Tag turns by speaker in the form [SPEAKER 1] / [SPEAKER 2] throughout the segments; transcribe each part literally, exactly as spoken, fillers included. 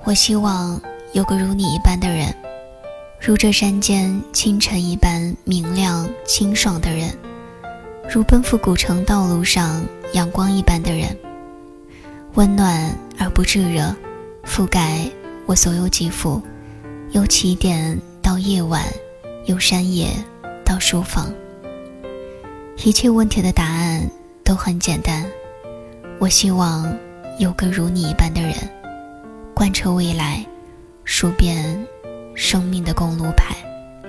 [SPEAKER 1] 我希望有个如你一般的人，如这山间清晨一般明亮清爽的人，如奔赴古城道路上阳光一般的人，温暖而不炙热，覆盖我所有肌肤，由起点到夜晚，由山野到书房。一切问题的答案都很简单，我希望有个如你一般的人，贯彻未来，数遍生命的公路牌。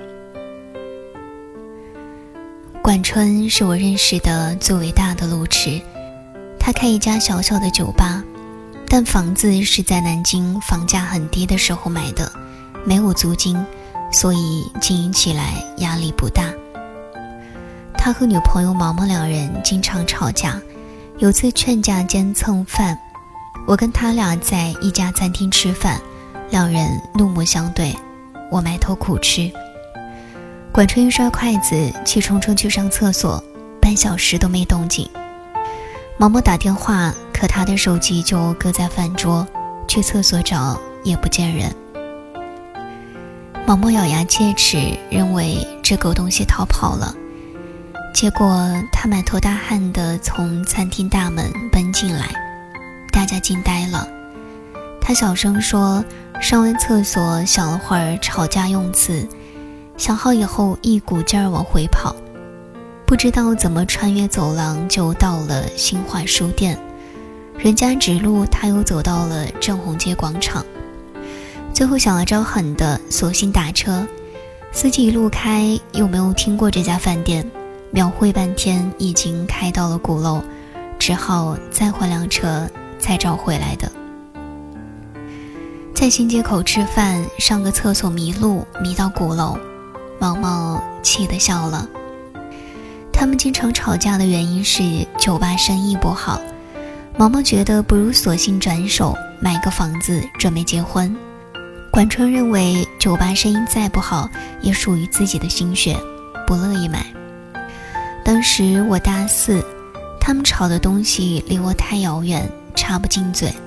[SPEAKER 1] 管春是我认识的最伟大的路痴，他开一家小小的酒吧，但房子是在南京房价很低的时候买的，没有租金，所以经营起来压力不大。他和女朋友毛毛两人经常吵架，有次劝架兼蹭饭，我跟他俩在一家餐厅吃饭，两人怒目相对，我埋头苦吃。管春一摔筷子，气冲冲去上厕所，半小时都没动静。毛毛打电话，可他的手机就搁在饭桌，去厕所找也不见人。毛毛咬牙切齿，认为这狗东西逃跑了。结果他满头大汗地从餐厅大门奔进来，大家惊呆了。他小声说，上完厕所想了会儿吵架用词，想好以后一股劲儿往回跑，不知道怎么穿越走廊就到了新华书店，人家指路他又走到了正红街广场。最后想了招狠的，索性打车，司机一路开又没有听过这家饭店，描绘半天已经开到了鼓楼，只好再换辆车才找回来的。在新街口吃饭，上个厕所迷路，迷到鼓楼，毛毛气得笑了。他们经常吵架的原因是酒吧生意不好，毛毛觉得不如索性转手买个房子准备结婚。管春认为酒吧生意再不好也属于自己的心血，不乐意买。当时我大四，他们吵的东西离我太遥远，插不进嘴。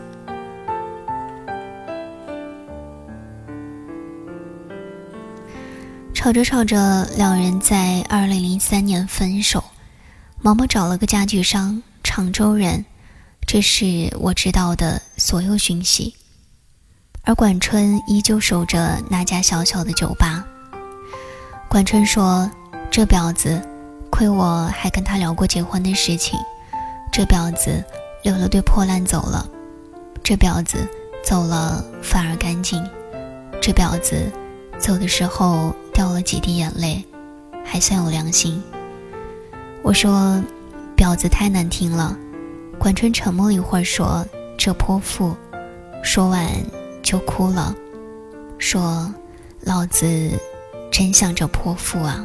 [SPEAKER 1] 吵着吵着，两人在二零零三年分手。毛毛找了个家具商，常州人，这是我知道的所有讯息。而管春依旧守着那家小小的酒吧。管春说，这婊子，亏我还跟他聊过结婚的事情，这婊子留了堆破烂走了，这婊子走了反而干净，这婊子走的时候掉了几滴眼泪，还算有良心。我说，婊子太难听了。管春沉默了一会儿说，这泼妇。说完就哭了，说，老子真想着泼妇啊。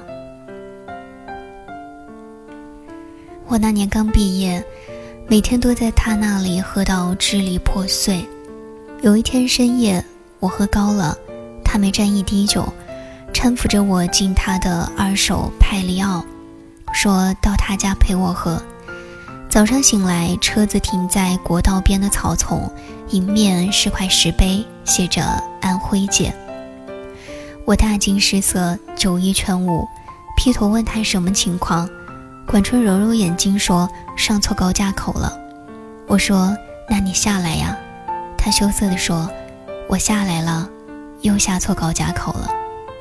[SPEAKER 1] 我那年刚毕业，每天都在他那里喝到支离破碎。有一天深夜，我喝高了，他没沾一滴酒，搀扶着我进他的二手派利奥，说到他家陪我喝。早上醒来，车子停在国道边的草丛，迎面是块石碑，写着安徽姐。我大惊失色，酒意全无，劈头问他什么情况。管春揉揉眼睛说，上错高架口了。我说，那你下来呀。他羞涩地说，我下来了，又下错高架口了。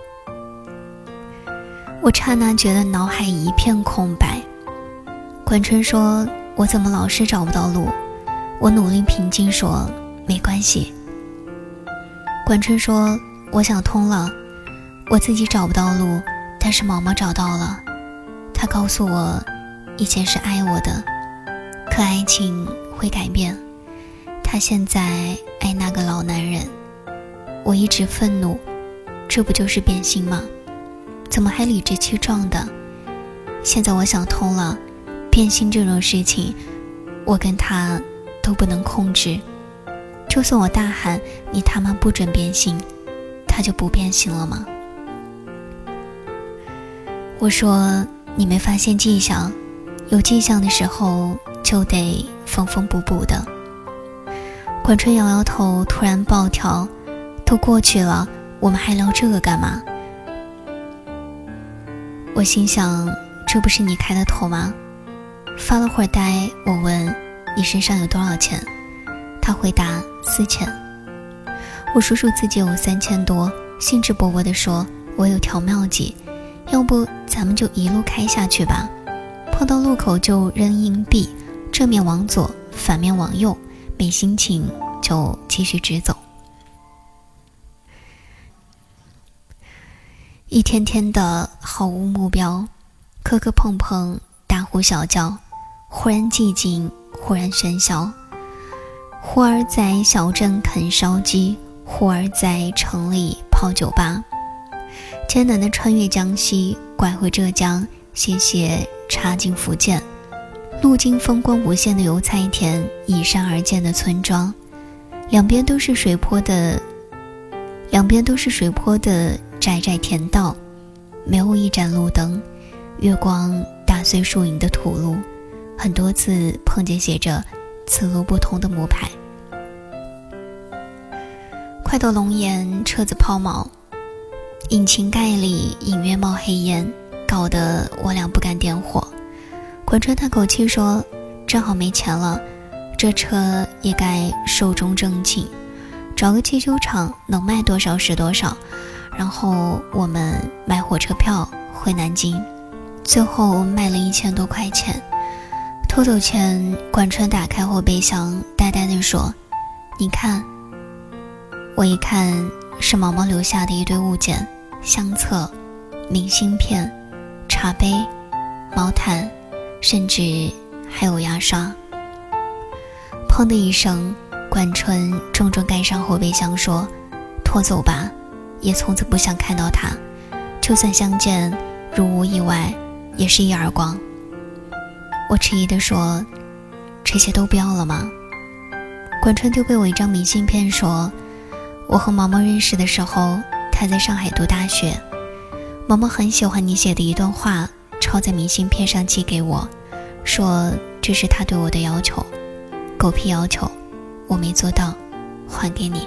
[SPEAKER 1] 我刹那觉得脑海一片空白。管春说，我怎么老是找不到路？我努力平静说，没关系。管春说，我想通了，我自己找不到路，但是毛毛找到了。他告诉我，以前是爱我的，可爱情会改变。他现在爱那个老男人。我一直愤怒，这不就是变心吗？怎么还理直气壮的？现在我想通了，变心这种事情，我跟他都不能控制。就算我大喊你他妈不准变心，他就不变心了吗？我说，你没发现迹象？有迹象的时候就得缝缝补补的。管春摇摇头，突然暴跳， 都过去了，我们还聊这个干嘛？我心想，这不是你开的头吗？发了会儿呆，我问你身上有多少钱？他回答四千。我数数自己有三千多，兴致勃勃地说，我有条妙计，要不咱们就一路开下去吧，碰到路口就扔硬币，正面往左，反面往右，没心情就继续直走。一天天的毫无目标，磕磕碰碰，大呼小叫，忽然寂静，忽然喧嚣，忽而在小镇啃烧鸡，忽而在城里泡酒吧，艰难的穿越江西，拐回浙江，斜斜插进福建，路经风光无限的油菜田，依山而建的村庄，两边都是水坡的两边都是水坡的窄窄田道，没有一盏路灯，月光打碎树影的土路，很多次碰见写着此路不通的木牌。快到龙岩，车子抛锚，引擎盖里隐约冒黑烟，搞得我俩不敢点火。管川叹口气说，正好没钱了，这车也该寿终正寝，找个汽修厂能卖多少是多少，然后我们买火车票回南京。最后卖了一千多块钱。拖走前，管川打开后备箱，呆呆地说，你看。我一看，是毛毛留下的一堆物件，相册、明信片、茶杯、毛毯，甚至还有牙刷。砰的一声，管春重重盖上后备箱说，拖走吧，也从此不想看到他，就算相见，如无意外，也是一耳光。我迟疑地说，这些都不要了吗？管春丢给我一张明信片说，我和毛毛认识的时候，他在上海读大学，毛毛很喜欢你写的一段话，抄在明信片上寄给我，说这是他对我的要求，狗屁要求，我没做到，还给你。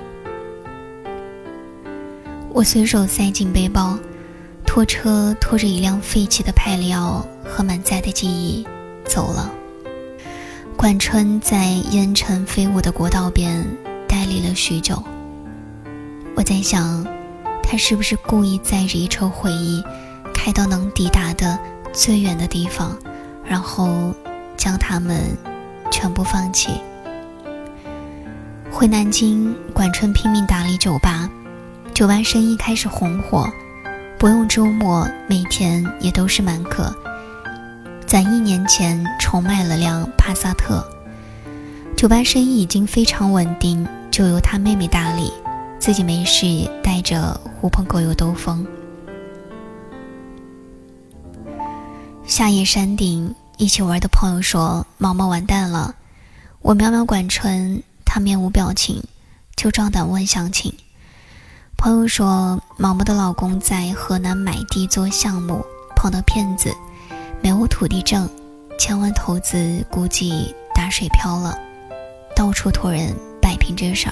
[SPEAKER 1] 我随手塞进背包，拖车拖着一辆废弃的派利奥和满载的记忆走了。管春在烟尘飞舞的国道边呆立了许久。我在想，他是不是故意载着一车回忆开到能抵达的最远的地方，然后将它们全部放弃。回南京，管春拼命打理酒吧，酒吧生意开始红火，不用周末，每天也都是满客。攒一年前重买了辆帕萨特，酒吧生意已经非常稳定，就由他妹妹打理，自己没事带着狐朋狗友兜风。夏夜山顶，一起玩的朋友说毛毛完蛋了，我瞄瞄管春，他面无表情，就壮胆问详情。朋友说毛毛的老公在河南买地做项目，碰到骗子，没有土地证，千万投资估计打水漂了，到处托人摆平这事儿。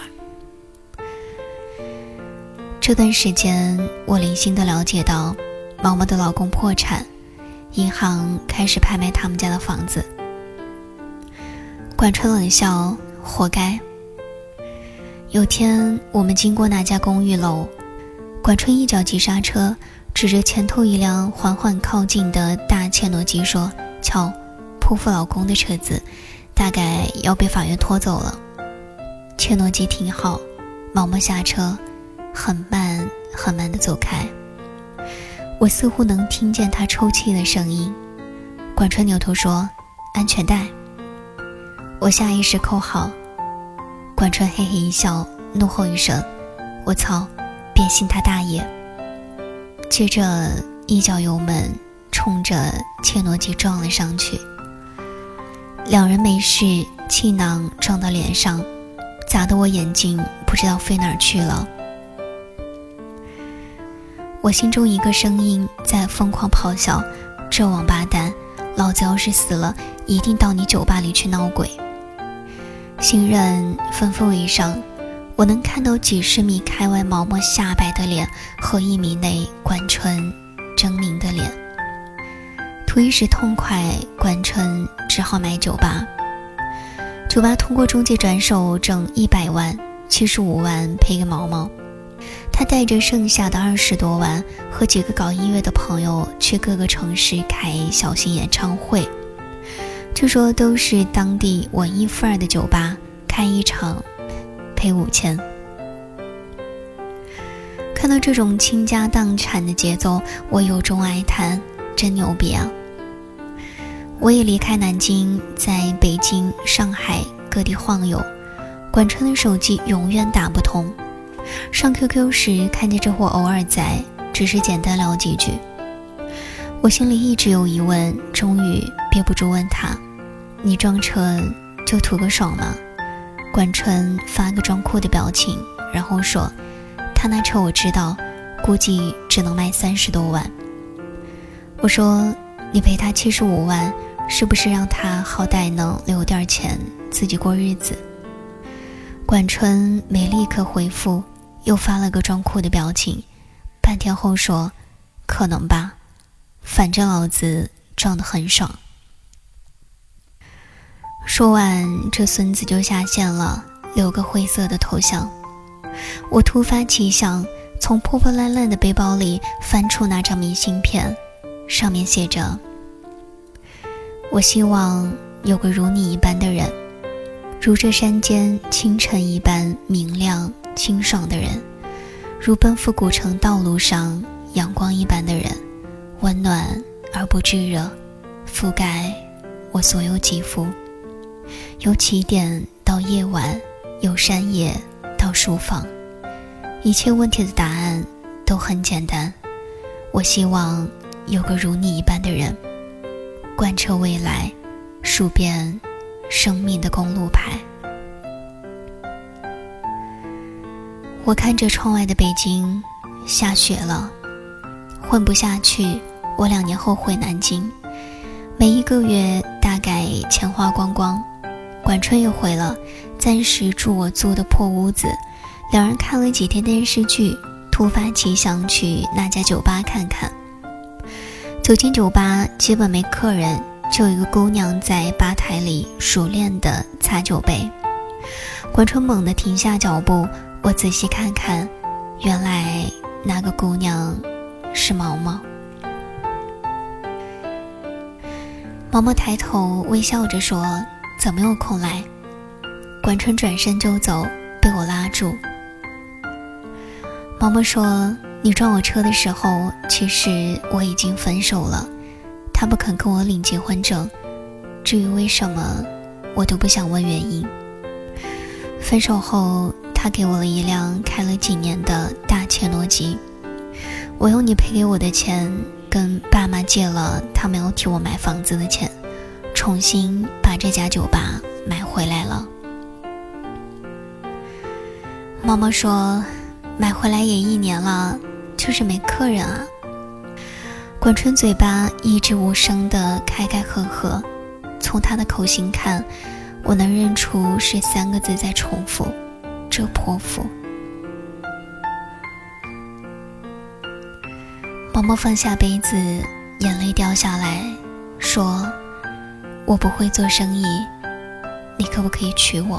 [SPEAKER 1] 这段时间我零星地了解到毛毛的老公破产，银行开始拍卖他们家的房子。管春冷笑，活该。有天我们经过那家公寓楼，管春一脚急刹车，指着前头一辆缓缓靠近的大切诺基说，瞧，泼妇老公的车子大概要被法院拖走了。切诺基停好，毛毛下车，很慢很慢地走开。我似乎能听见他抽泣的声音。管春扭头说，安全带。我下意识扣好。管春嘿嘿一笑，怒吼一声，我操，别信他大爷。接着一脚油门冲着切诺基撞了上去。两人没事，气囊撞到脸上，砸得我眼睛不知道飞哪儿去了。我心中一个声音在疯狂咆哮，这王八蛋，老子要是死了，一定到你酒吧里去闹鬼。行人纷纷围上， 我能看到几十米开外毛毛下摆的脸和一米内管春狰狞的脸。图一时痛快，管春只好买酒吧。酒吧通过中介转手挣一百万，七十五万赔给毛毛。他带着剩下的二十多万和几个搞音乐的朋友去各个城市开小型演唱会，据说都是当地文艺范儿的酒吧，开一场赔五千。看到这种倾家荡产的节奏，我由衷哀叹，真牛逼啊！我也离开南京，在北京、上海各地晃悠，管春的手机永远打不通。上 Q Q 时看见这货偶尔在，只是简单聊几句。我心里一直有疑问，终于憋不住问他：你撞车就图个爽吗？管春发个装酷的表情，然后说：他那车我知道，估计只能卖三十多万。我说：你赔他七十五万，是不是让他好歹能留点钱自己过日子？管春没立刻回复，又发了个装酷的表情，半天后说：可能吧，反正老子撞得很爽。说完，这孙子就下线了，留个灰色的头像。我突发奇想，从破破烂烂的背包里翻出那张明信片，上面写着：我希望有个如你一般的人，如这山间清晨一般明亮清爽的人，如奔赴古城道路上阳光一般的人，温暖而不炙热，覆盖我所有肌肤。由起点到夜晚，由山野到书房，一切问题的答案都很简单。我希望有个如你一般的人，贯彻未来，数遍生命的公路牌。我看着窗外的北京，下雪了，混不下去，我两年后回南京，每一个月大概钱花光光。管春又回了，暂时住我租的破屋子，两人看了几天电视剧，突发奇想去那家酒吧看看。走进酒吧，基本没客人，就有一个姑娘在吧台里熟练地擦酒杯。管春猛地停下脚步，我仔细看看，原来那个姑娘是毛毛。毛毛抬头微笑着说：怎么有空来？管春转身就走，被我拉住。毛毛说：你撞我车的时候，其实我已经分手了，他不肯跟我领结婚证，至于为什么，我都不想问原因。分手后，他给我了一辆开了几年的大切诺基，我用你赔给我的钱跟爸妈借了他们要替我买房子的钱，重新把这家酒吧买回来了。毛毛说：买回来也一年了，就是没客人啊。管春嘴巴一直无声地开开合合，从他的口型看，我能认出是三个字在重复：这泼妇。毛毛放下杯子，眼泪掉下来，说：我不会做生意，你可不可以娶我？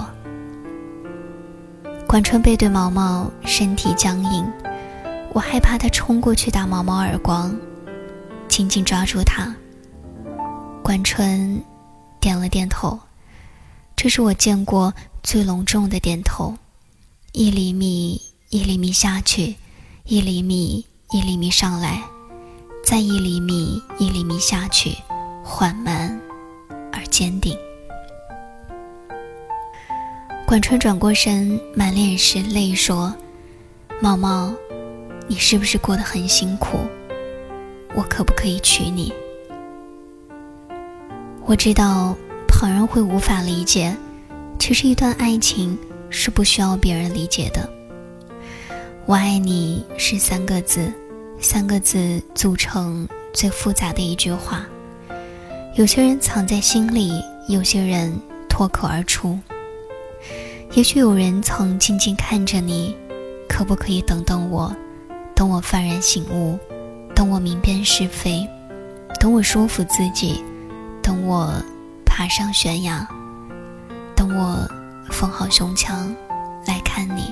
[SPEAKER 1] 管春背对毛毛，身体僵硬，我害怕他冲过去打毛毛耳光，紧紧抓住他。管春点了点头，这是我见过最隆重的点头，一厘米一厘米下去，一厘米一厘米上来，再一厘米一厘米下去，缓慢而坚定。管春转过身，满脸是泪说：毛毛，你是不是过得很辛苦？我可不可以娶你？我知道旁人会无法理解，其实一段爱情是不需要别人理解的。我爱你是三个字，三个字组成最复杂的一句话，有些人藏在心里，有些人脱口而出。 也许有人曾静静看着你，可不可以等等我，等我幡然醒悟，等我明辨是非，等我说服自己，等我爬上悬崖，等我缝好胸腔来看你。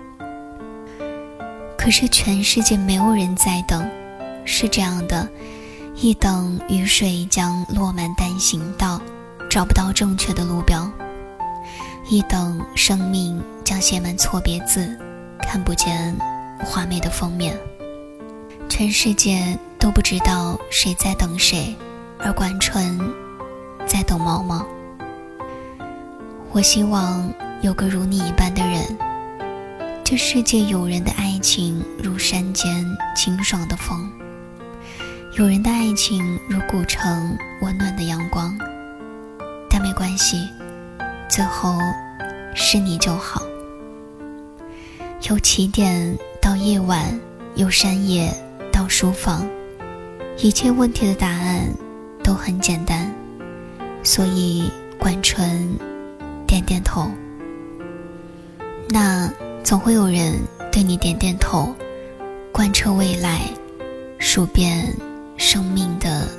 [SPEAKER 1] 可是全世界没有人在等，是这样的，一等雨水将落满单行道，找不到正确的路标，一等生命将写满错别字，看不见华美的封面。全世界都不知道谁在等谁，而管春在等毛毛。我希望有个如你一般的人，这世界有人的爱情如山间清爽的风，有人的爱情如古城温暖的阳光，但没关系，最后是你就好。由起点到夜晚，由山野到书房，一切问题的答案都很简单，所以管春点点头。那总会有人对你点点头，贯彻未来，数遍生命的